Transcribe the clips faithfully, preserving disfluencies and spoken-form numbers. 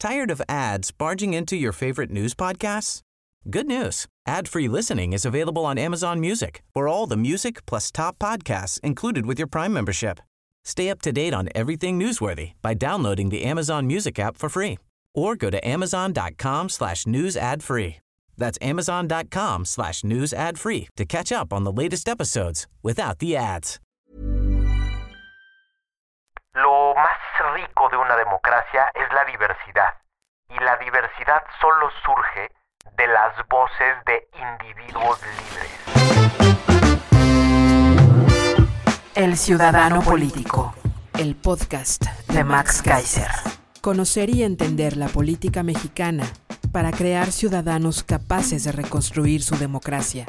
Tired of ads barging into your favorite news podcasts? Good news. Ad-free listening is available on Amazon Music for all the music plus top podcasts included with your Prime membership. Stay up to date on everything newsworthy by downloading the Amazon Music app for free or go to amazon.com slash news ad free. That's amazon.com slash news ad free to catch up on the latest episodes without the ads. Lo más rico de una democracia es la diversidad, y la diversidad solo surge de las voces de individuos libres. El Ciudadano Político, el podcast de Max Kaiser. Conocer y entender la política mexicana para crear ciudadanos capaces de reconstruir su democracia.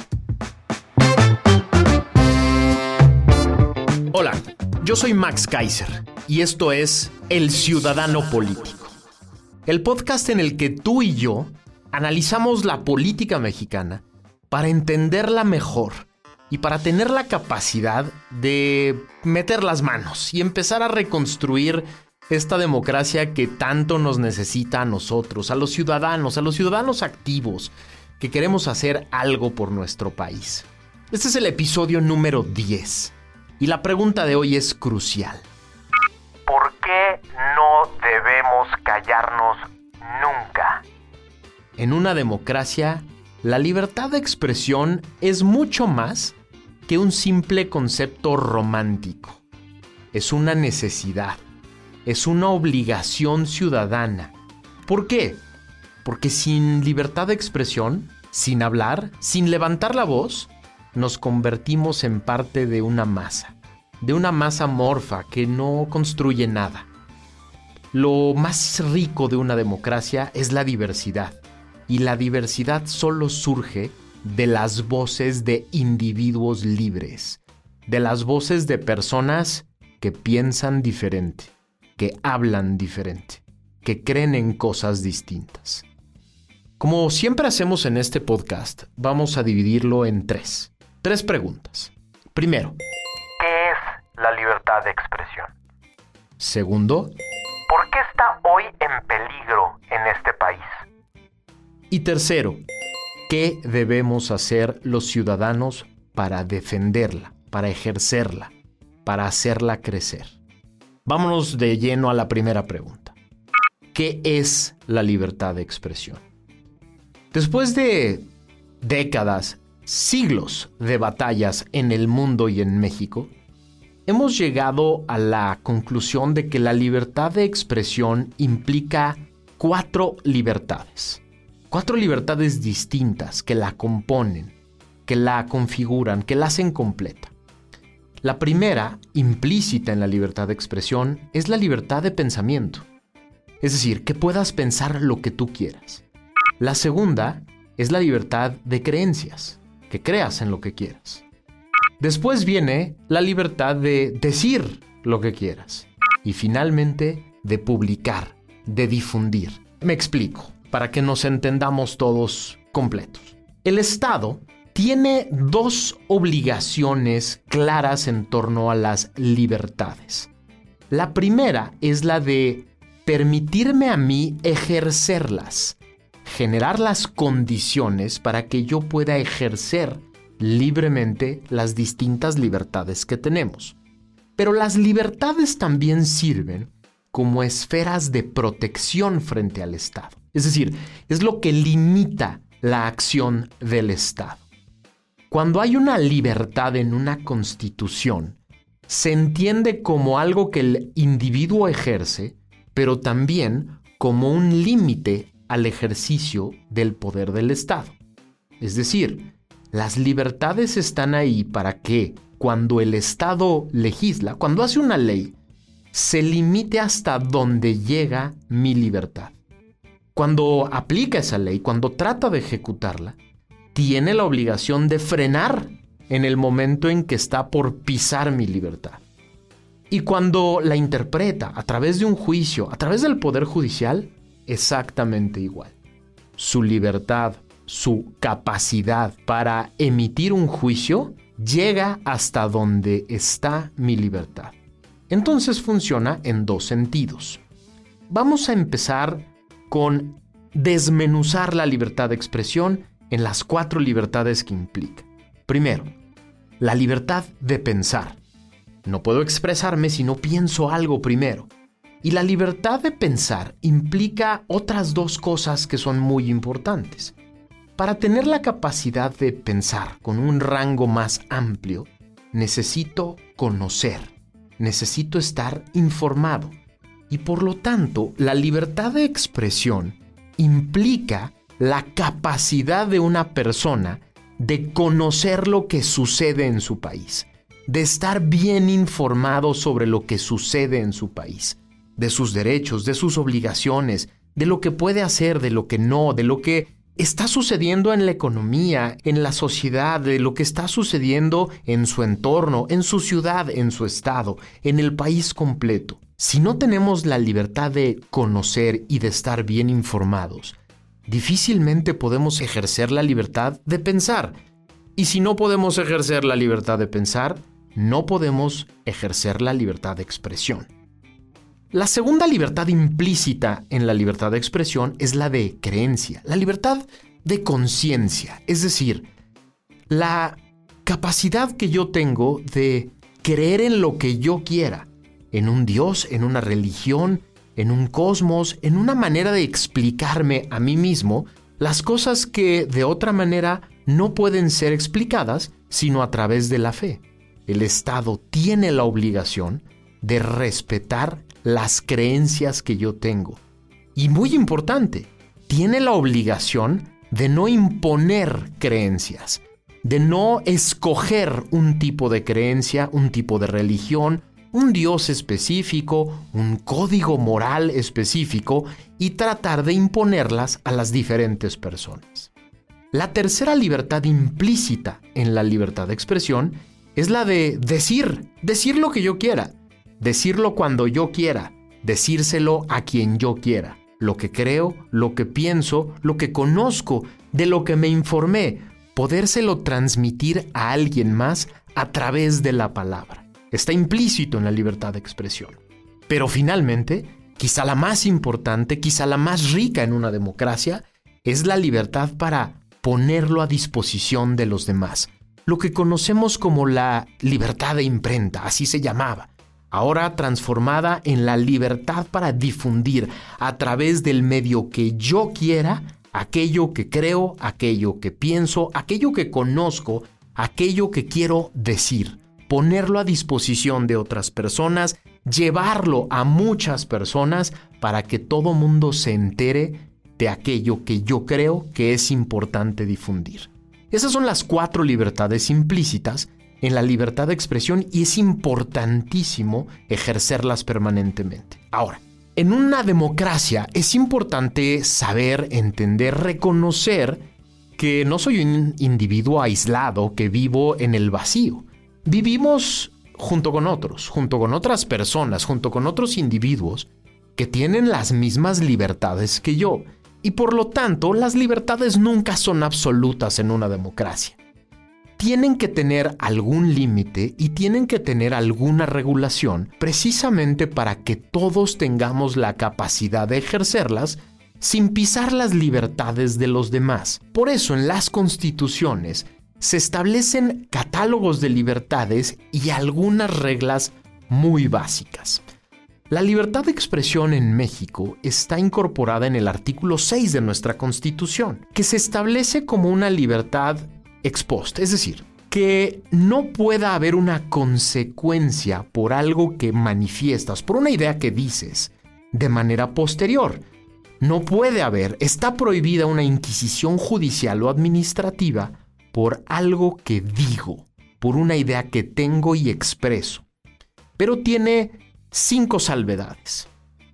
Hola, yo soy Max Kaiser y esto es El Ciudadano Político, el podcast en el que tú y yo analizamos la política mexicana para entenderla mejor y para tener la capacidad de meter las manos y empezar a reconstruir esta democracia que tanto nos necesita a nosotros, a los ciudadanos, a los ciudadanos activos que queremos hacer algo por nuestro país. Este es el episodio número diez y la pregunta de hoy es crucial. ¿Por qué no debemos callarnos nunca? En una democracia, la libertad de expresión es mucho más que un simple concepto romántico. Es una necesidad, es una obligación ciudadana. ¿Por qué? Porque sin libertad de expresión, sin hablar, sin levantar la voz, nos convertimos en parte de una masa, de una masa amorfa que no construye nada. Lo más rico de una democracia es la diversidad. Y la diversidad solo surge de las voces de individuos libres, de las voces de personas que piensan diferente, que hablan diferente, que creen en cosas distintas. Como siempre hacemos en este podcast, vamos a dividirlo en tres. Tres preguntas. Primero, ¿qué es la libertad de expresión? Segundo, ¿por qué está hoy en peligro en este país? Y tercero, ¿qué debemos hacer los ciudadanos para defenderla, para ejercerla, para hacerla crecer? Vámonos de lleno a la primera pregunta. ¿Qué es la libertad de expresión? Después de décadas, siglos de batallas en el mundo y en México, hemos llegado a la conclusión de que la libertad de expresión implica cuatro libertades. Cuatro libertades distintas que la componen, que la configuran, que la hacen completa. La primera, implícita en la libertad de expresión, es la libertad de pensamiento. Es decir, que puedas pensar lo que tú quieras. La segunda es la libertad de creencias, que creas en lo que quieras. Después viene la libertad de decir lo que quieras. Y finalmente, de publicar, de difundir. Me explico, para que nos entendamos todos completos. El Estado tiene dos obligaciones claras en torno a las libertades. La primera es la de permitirme a mí ejercerlas, generar las condiciones para que yo pueda ejercer libremente las distintas libertades que tenemos. Pero las libertades también sirven como esferas de protección frente al Estado. Es decir, es lo que limita la acción del Estado. Cuando hay una libertad en una constitución, se entiende como algo que el individuo ejerce, pero también como un límite al ejercicio del poder del Estado. Es decir, las libertades están ahí para que, cuando el Estado legisla, cuando hace una ley, se limite hasta donde llega mi libertad. Cuando aplica esa ley, cuando trata de ejecutarla, tiene la obligación de frenar en el momento en que está por pisar mi libertad. Y cuando la interpreta a través de un juicio, a través del Poder Judicial, exactamente igual. Su libertad, su capacidad para emitir un juicio, llega hasta donde está mi libertad. Entonces funciona en dos sentidos. Vamos a empezar con desmenuzar la libertad de expresión en las cuatro libertades que implica. Primero, la libertad de pensar. No puedo expresarme si no pienso algo primero. Y la libertad de pensar implica otras dos cosas que son muy importantes. Para tener la capacidad de pensar con un rango más amplio, necesito conocer, necesito estar informado. Y por lo tanto, la libertad de expresión implica la capacidad de una persona de conocer lo que sucede en su país, de estar bien informado sobre lo que sucede en su país, de sus derechos, de sus obligaciones, de lo que puede hacer, de lo que no, de lo que está sucediendo en la economía, en la sociedad, de lo que está sucediendo en su entorno, en su ciudad, en su estado, en el país completo. Si no tenemos la libertad de conocer y de estar bien informados, difícilmente podemos ejercer la libertad de pensar. Y si no podemos ejercer la libertad de pensar, no podemos ejercer la libertad de expresión. La segunda libertad implícita en la libertad de expresión es la de creencia, la libertad de conciencia, es decir, la capacidad que yo tengo de creer en lo que yo quiera, en un Dios, en una religión, en un cosmos, en una manera de explicarme a mí mismo las cosas que de otra manera no pueden ser explicadas sino a través de la fe. El Estado tiene la obligación de respetar las creencias que yo tengo. Y muy importante, tiene la obligación de no imponer creencias, de no escoger un tipo de creencia, un tipo de religión, un Dios específico, un código moral específico y tratar de imponerlas a las diferentes personas. La tercera libertad implícita en la libertad de expresión es la de decir, decir lo que yo quiera, decirlo cuando yo quiera, decírselo a quien yo quiera, lo que creo, lo que pienso, lo que conozco, de lo que me informé, podérselo transmitir a alguien más a través de la palabra. Está implícito en la libertad de expresión. Pero finalmente, quizá la más importante, quizá la más rica en una democracia, es la libertad para ponerlo a disposición de los demás. Lo que conocemos como la libertad de imprenta, así se llamaba. Ahora transformada en la libertad para difundir a través del medio que yo quiera aquello que creo, aquello que pienso, aquello que conozco, aquello que quiero decir. Ponerlo a disposición de otras personas, llevarlo a muchas personas para que todo mundo se entere de aquello que yo creo que es importante difundir. Esas son las cuatro libertades implícitas en la libertad de expresión y es importantísimo ejercerlas permanentemente. Ahora, en una democracia es importante saber, entender, reconocer que no soy un individuo aislado que vivo en el vacío. Vivimos junto con otros, junto con otras personas, junto con otros individuos que tienen las mismas libertades que yo. Y por lo tanto, las libertades nunca son absolutas en una democracia. Tienen que tener algún límite y tienen que tener alguna regulación precisamente para que todos tengamos la capacidad de ejercerlas sin pisar las libertades de los demás. Por eso en las constituciones se establecen catálogos de libertades y algunas reglas muy básicas. La libertad de expresión en México está incorporada en el artículo seis de nuestra Constitución, que se establece como una libertad ex post, es decir, que no pueda haber una consecuencia por algo que manifiestas, por una idea que dices, de manera posterior. No puede haber, está prohibida una inquisición judicial o administrativa por algo que digo, por una idea que tengo y expreso. Pero tiene cinco salvedades.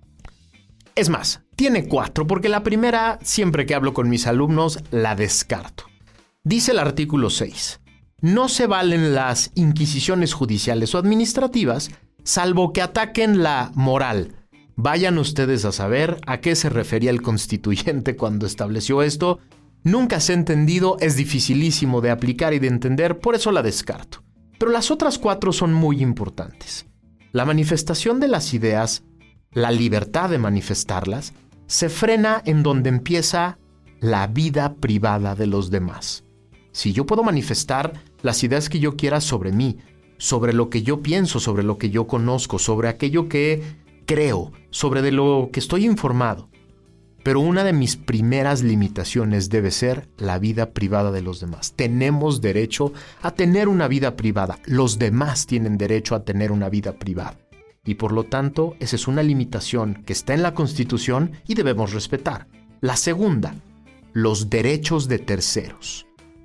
Es más, tiene cuatro, porque la primera, siempre que hablo con mis alumnos, la descarto. Dice el artículo seis, no se valen las inquisiciones judiciales o administrativas, salvo que ataquen la moral. Vayan ustedes a saber a qué se refería el constituyente cuando estableció esto. Nunca se ha entendido, es dificilísimo de aplicar y de entender, por eso la descarto. Pero las otras cuatro son muy importantes. La manifestación de las ideas, la libertad de manifestarlas, se frena en donde empieza la vida privada de los demás. Si yo puedo manifestar las ideas que yo quiera sobre mí, sobre lo que yo pienso, sobre lo que yo conozco, sobre aquello que creo, sobre de lo que estoy informado, pero una de mis primeras limitaciones debe ser la vida privada de los demás. Tenemos derecho a tener una vida privada. Los demás tienen derecho a tener una vida privada. Y por lo tanto, esa es una limitación que está en la Constitución y debemos respetar. La segunda, los derechos de terceros.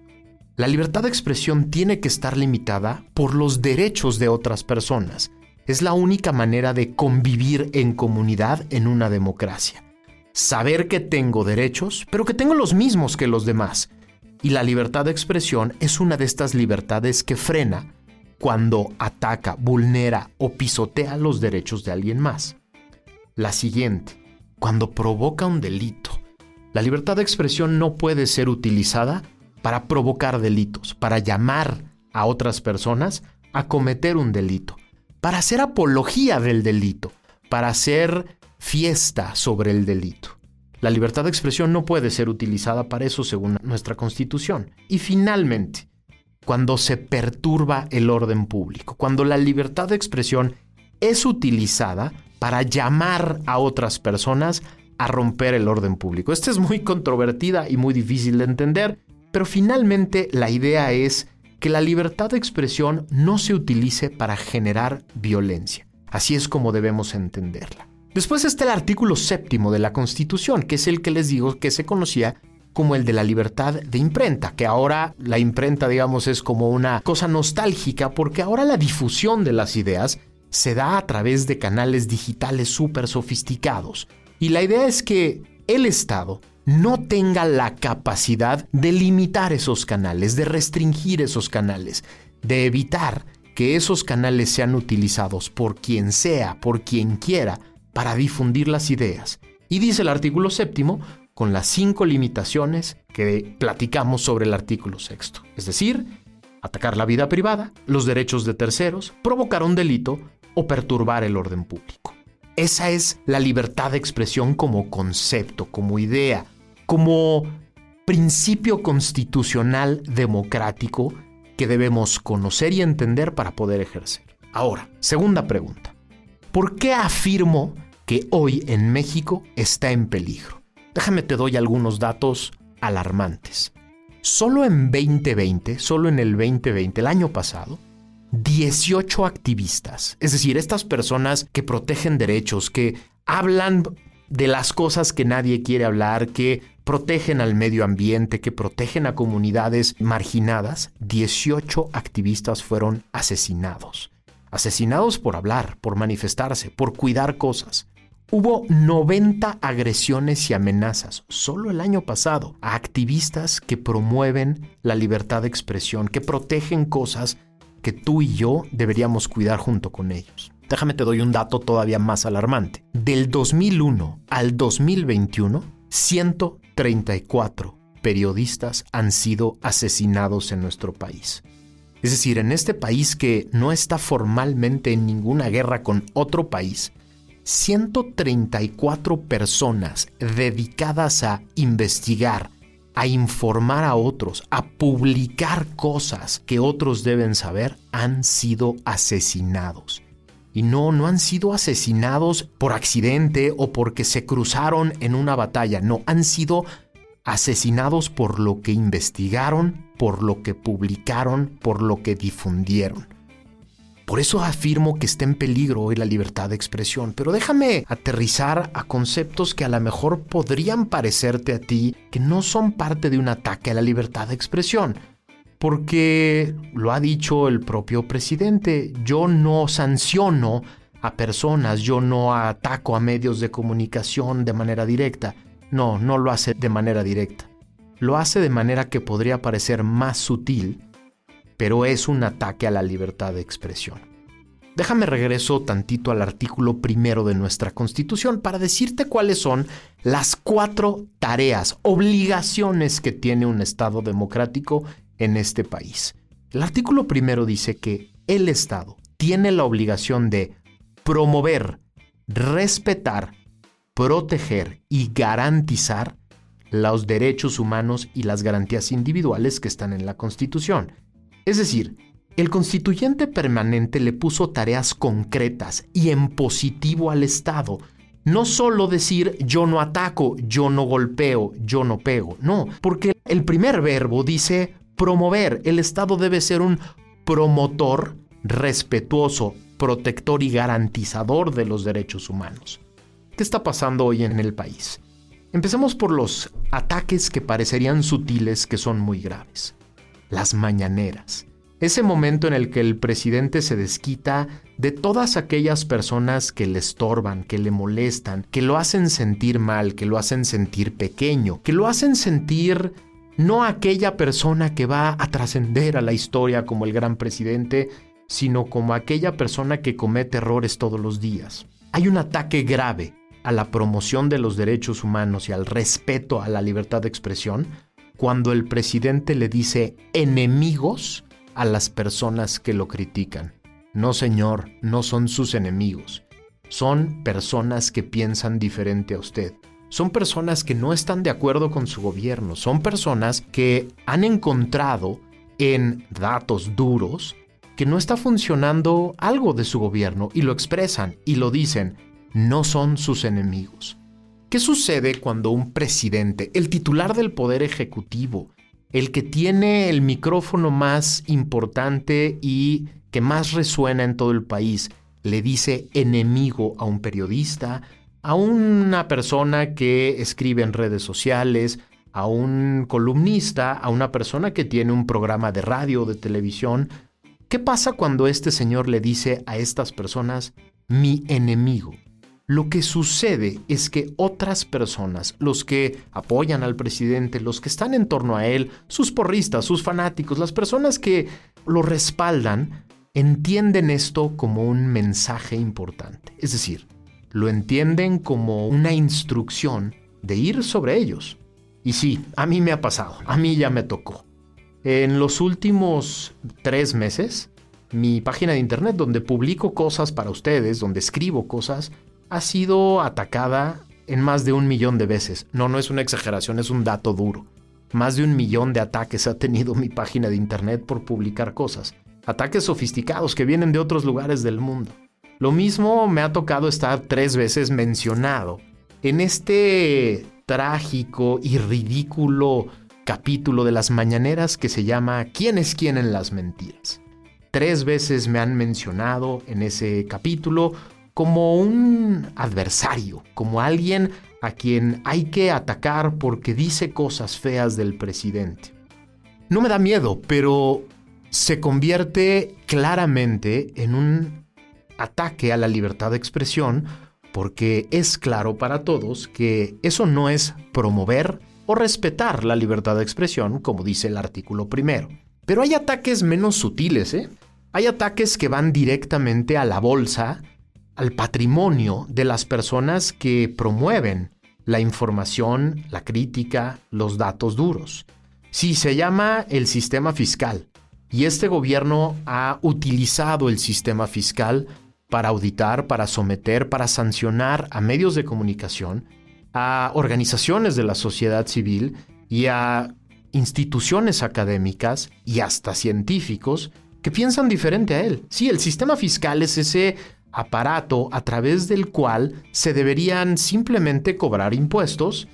La libertad de expresión tiene que estar limitada por los derechos de otras personas. Es la única manera de convivir en comunidad en una democracia. Saber que tengo derechos, pero que tengo los mismos que los demás. Y la libertad de expresión es una de estas libertades que frena cuando ataca, vulnera o pisotea los derechos de alguien más. La siguiente, cuando provoca un delito. La libertad de expresión no puede ser utilizada para provocar delitos, para llamar a otras personas a cometer un delito, para hacer apología del delito, para hacer fiesta sobre el delito. La libertad de expresión no puede ser utilizada para eso según nuestra Constitución. Y finalmente, cuando se perturba el orden público, cuando la libertad de expresión es utilizada para llamar a otras personas a romper el orden público. Esta es muy controvertida y muy difícil de entender, pero finalmente la idea es que la libertad de expresión no se utilice para generar violencia. Así es como debemos entenderla. Después está el artículo séptimo de la Constitución, que es el que les digo que se conocía como el de la libertad de imprenta, que ahora la imprenta, digamos, es como una cosa nostálgica, porque ahora la difusión de las ideas se da a través de canales digitales súper sofisticados. Y la idea es que el Estado no tenga la capacidad de limitar esos canales, de restringir esos canales, de evitar que esos canales sean utilizados por quien sea, por quien quiera, para difundir las ideas. Y dice el artículo séptimo, con las cinco limitaciones que platicamos sobre el artículo sexto. Es decir, atacar la vida privada, los derechos de terceros, provocar un delito o perturbar el orden público. Esa es la libertad de expresión como concepto, como idea, como principio constitucional democrático que debemos conocer y entender para poder ejercer. Ahora, segunda pregunta. ¿Por qué afirmo que hoy en México está en peligro? Déjame te doy algunos datos alarmantes. Solo en veinte veinte, solo en el veinte veinte, el año pasado, dieciocho activistas, es decir, estas personas que protegen derechos, que hablan de las cosas que nadie quiere hablar, que protegen al medio ambiente, que protegen a comunidades marginadas, dieciocho activistas fueron asesinados. Asesinados por hablar, por manifestarse, por cuidar cosas. Hubo noventa agresiones y amenazas solo el año pasado a activistas que promueven la libertad de expresión, que protegen cosas que tú y yo deberíamos cuidar junto con ellos. Déjame te doy un dato todavía más alarmante. Del dos mil uno al dos mil veintiuno, ciento treinta y cuatro periodistas han sido asesinados en nuestro país. Es decir, en este país que no está formalmente en ninguna guerra con otro país, ciento treinta y cuatro personas dedicadas a investigar, a informar a otros, a publicar cosas que otros deben saber, han sido asesinados. Y no, no han sido asesinados por accidente o porque se cruzaron en una batalla. No, han sido asesinados por lo que investigaron, por lo que publicaron, por lo que difundieron. Por eso afirmo que está en peligro hoy la libertad de expresión. Pero déjame aterrizar a conceptos que a lo mejor podrían parecerte a ti que no son parte de un ataque a la libertad de expresión. Porque lo ha dicho el propio presidente, yo no sanciono a personas, yo no ataco a medios de comunicación de manera directa. No, no lo hace de manera directa. Lo hace de manera que podría parecer más sutil, pero es un ataque a la libertad de expresión. Déjame regreso tantito al artículo primero de nuestra Constitución para decirte cuáles son las cuatro tareas, obligaciones que tiene un Estado democrático en este país. El artículo primero dice que el Estado tiene la obligación de promover, respetar, proteger y garantizar los derechos humanos y las garantías individuales que están en la Constitución. Es decir, el constituyente permanente le puso tareas concretas y en positivo al Estado. No solo decir yo no ataco, yo no golpeo, yo no pego. No, porque el primer verbo dice promover. El Estado debe ser un promotor respetuoso, protector y garantizador de los derechos humanos. ¿Qué está pasando hoy en el país? Empecemos por los ataques que parecerían sutiles, que son muy graves. Las mañaneras. Ese momento en el que el presidente se desquita de todas aquellas personas que le estorban, que le molestan, que lo hacen sentir mal, que lo hacen sentir pequeño, que lo hacen sentir no aquella persona que va a trascender a la historia como el gran presidente, sino como aquella persona que comete errores todos los días. Hay un ataque grave a la promoción de los derechos humanos y al respeto a la libertad de expresión cuando el presidente le dice enemigos a las personas que lo critican. No, señor, no son sus enemigos. Son personas que piensan diferente a usted. Son personas que no están de acuerdo con su gobierno. Son personas que han encontrado en datos duros que no está funcionando algo de su gobierno y lo expresan y lo dicen. No son sus enemigos. ¿Qué sucede cuando un presidente, el titular del Poder Ejecutivo, el que tiene el micrófono más importante y que más resuena en todo el país, le dice enemigo a un periodista, a una persona que escribe en redes sociales, a un columnista, a una persona que tiene un programa de radio o de televisión? ¿Qué pasa cuando este señor le dice a estas personas mi enemigo? Lo que sucede es que otras personas, los que apoyan al presidente, los que están en torno a él, sus porristas, sus fanáticos, las personas que lo respaldan, entienden esto como un mensaje importante. Es decir, lo entienden como una instrucción de ir sobre ellos. Y sí, a mí me ha pasado, a mí ya me tocó. En los últimos tres meses, mi página de internet donde publico cosas para ustedes, donde escribo cosas, ha sido atacada en más de un millón de veces. No, no es una exageración, es un dato duro. Más de un millón de ataques ha tenido mi página de internet por publicar cosas. Ataques sofisticados que vienen de otros lugares del mundo. Lo mismo me ha tocado estar tres veces mencionado en este trágico y ridículo capítulo de las mañaneras que se llama ¿Quién es quién en las mentiras? Tres veces me han mencionado en ese capítulo como un adversario, como alguien a quien hay que atacar porque dice cosas feas del presidente. No me da miedo, pero se convierte claramente en un ataque a la libertad de expresión porque es claro para todos que eso no es promover o respetar la libertad de expresión, como dice el artículo primero. Pero hay ataques menos sutiles, ¿eh? Hay ataques que van directamente a la bolsa, al patrimonio de las personas que promueven la información, la crítica, los datos duros. Sí, se llama el sistema fiscal y este gobierno ha utilizado el sistema fiscal para auditar, para someter, para sancionar a medios de comunicación, a organizaciones de la sociedad civil y a instituciones académicas y hasta científicos que piensan diferente a él. Sí, el sistema fiscal es ese aparato a través del cual se deberían simplemente cobrar impuestos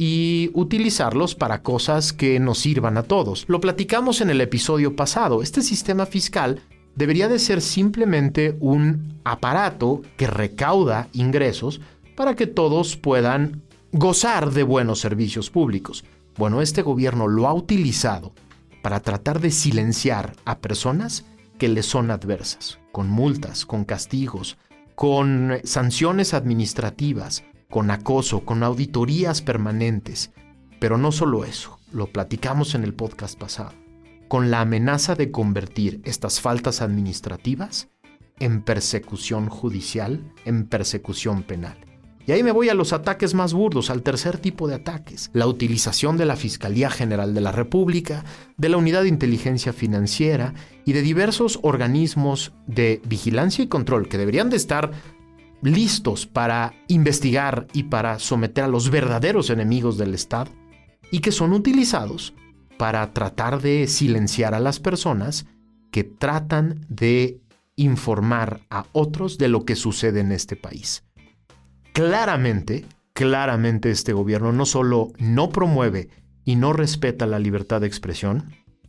y utilizarlos para cosas que nos sirvan a todos. Lo platicamos en el episodio pasado. Este sistema fiscal debería de ser simplemente un aparato que recauda ingresos para que todos puedan gozar de buenos servicios públicos. Bueno, este gobierno lo ha utilizado para tratar de silenciar a personas que le son adversas, con multas, con castigos, con sanciones administrativas, con acoso, con auditorías permanentes. Pero no solo eso, lo platicamos en el podcast pasado, con la amenaza de convertir estas faltas administrativas en persecución judicial, en persecución penal. Y ahí me voy a los ataques más burdos, al tercer tipo de ataques. La utilización de la Fiscalía General de la República, de la Unidad de Inteligencia Financiera y de diversos organismos de vigilancia y control que deberían de estar listos para investigar y para someter a los verdaderos enemigos del Estado y que son utilizados para tratar de silenciar a las personas que tratan de informar a otros de lo que sucede en este país. Claramente, claramente este gobierno no solo no promueve y no respeta la libertad de expresión,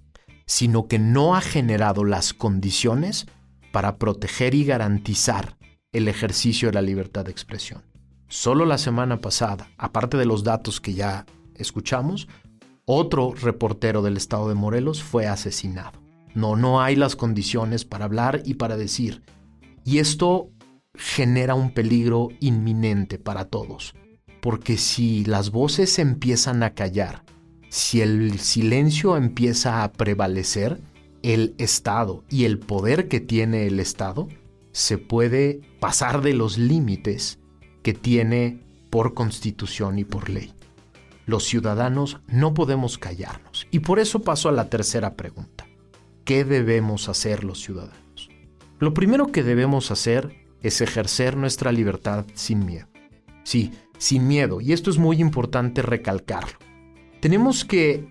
sino que no ha generado las condiciones para proteger y garantizar el ejercicio de la libertad de expresión. Solo la semana pasada, aparte de los datos que ya escuchamos, otro reportero del estado de Morelos fue asesinado. No, no hay las condiciones para hablar y para decir. Y esto genera un peligro inminente para todos. Porque si las voces empiezan a callar, si el silencio empieza a prevalecer, el Estado y el poder que tiene el Estado se puede pasar de los límites que tiene por constitución y por ley. Los ciudadanos no podemos callarnos. Y por eso paso a la tercera pregunta. ¿Qué debemos hacer los ciudadanos? Lo primero que debemos hacer es ejercer nuestra libertad sin miedo. Sí, sin miedo. Y esto es muy importante recalcarlo. Tenemos que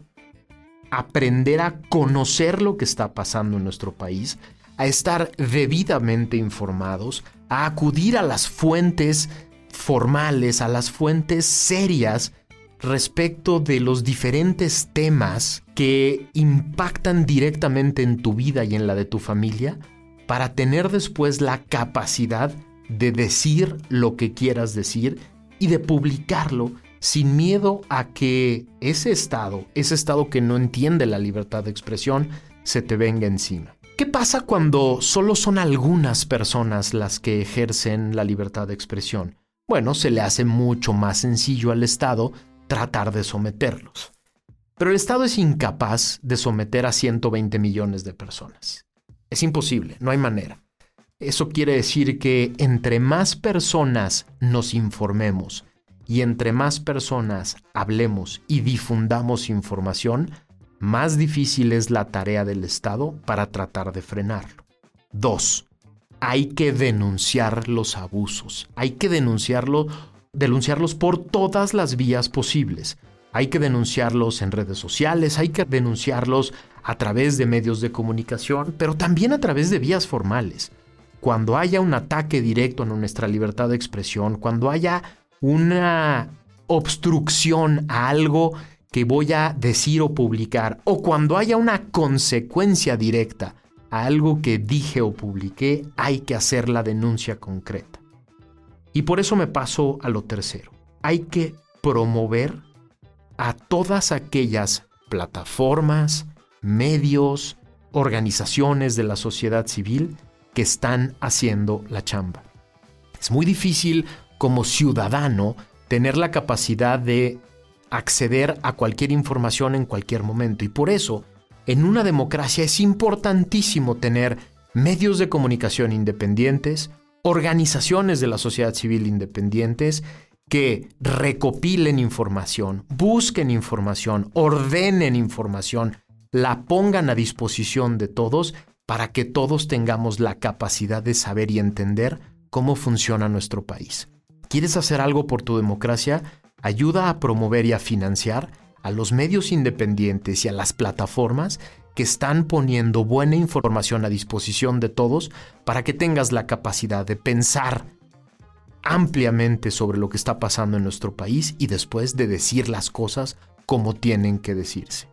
aprender a conocer lo que está pasando en nuestro país, a estar debidamente informados, a acudir a las fuentes formales, a las fuentes serias respecto de los diferentes temas que impactan directamente en tu vida y en la de tu familia, para tener después la capacidad de decir lo que quieras decir y de publicarlo sin miedo a que ese Estado, ese Estado que no entiende la libertad de expresión, se te venga encima. ¿Qué pasa cuando solo son algunas personas las que ejercen la libertad de expresión? Bueno, se le hace mucho más sencillo al Estado tratar de someterlos. Pero el Estado es incapaz de someter a ciento veinte millones de personas. Es imposible, no hay manera. Eso quiere decir que entre más personas nos informemos y entre más personas hablemos y difundamos información, más difícil es la tarea del Estado para tratar de frenarlo. Dos, hay que denunciar los abusos. Hay que denunciarlo, denunciarlos por todas las vías posibles. Hay que denunciarlos en redes sociales, hay que denunciarlos a través de medios de comunicación, pero también a través de vías formales. Cuando haya un ataque directo a nuestra libertad de expresión, cuando haya una obstrucción a algo que voy a decir o publicar, o cuando haya una consecuencia directa a algo que dije o publiqué, hay que hacer la denuncia concreta. Y por eso me paso a lo tercero. Hay que promover a todas aquellas plataformas, medios, organizaciones de la sociedad civil que están haciendo la chamba. Es muy difícil como ciudadano tener la capacidad de acceder a cualquier información en cualquier momento, y por eso en una democracia es importantísimo tener medios de comunicación independientes, organizaciones de la sociedad civil independientes que recopilen información, busquen información, ordenen información, la pongan a disposición de todos para que todos tengamos la capacidad de saber y entender cómo funciona nuestro país. ¿Quieres hacer algo por tu democracia? Ayuda a promover y a financiar a los medios independientes y a las plataformas que están poniendo buena información a disposición de todos para que tengas la capacidad de pensar ampliamente sobre lo que está pasando en nuestro país y después de decir las cosas como tienen que decirse.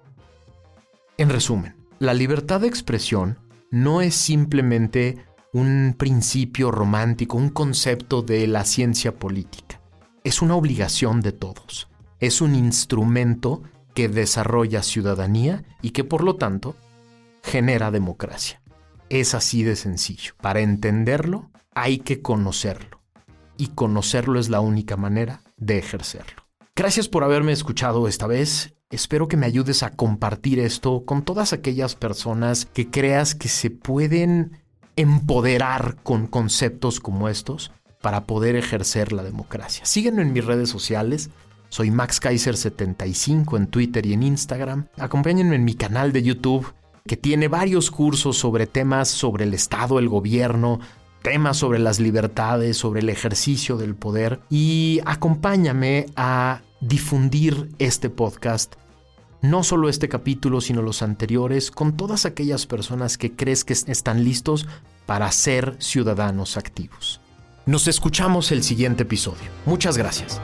En resumen, la libertad de expresión no es simplemente un principio romántico, un concepto de la ciencia política. Es una obligación de todos. Es un instrumento que desarrolla ciudadanía y que, por lo tanto, genera democracia. Es así de sencillo. Para entenderlo, hay que conocerlo. Y conocerlo es la única manera de ejercerlo. Gracias por haberme escuchado esta vez. Espero que me ayudes a compartir esto con todas aquellas personas que creas que se pueden empoderar con conceptos como estos para poder ejercer la democracia. Síguenme en mis redes sociales. Soy Max Kaiser setenta y cinco en Twitter y en Instagram. Acompáñenme en mi canal de YouTube, que tiene varios cursos sobre temas sobre el Estado, el gobierno, temas sobre las libertades, sobre el ejercicio del poder, y acompáñame a difundir este podcast, no solo este capítulo, sino los anteriores, con todas aquellas personas que crees que están listos para ser ciudadanos activos. Nos escuchamos el siguiente episodio. Muchas gracias.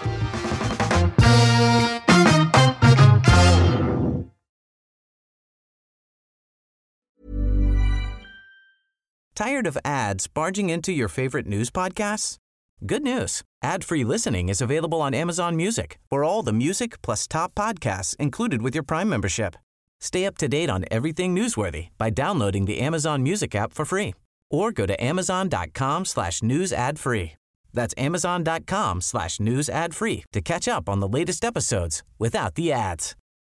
Tired of ads barging into your favorite news podcasts? Good news. Ad-free listening is available on Amazon Music for all the music plus top podcasts included with your Prime membership. Stay up to date on everything newsworthy by downloading the Amazon Music app for free or go to amazon.com slash news ad free. That's amazon.com slash news ad free to catch up on the latest episodes without the ads.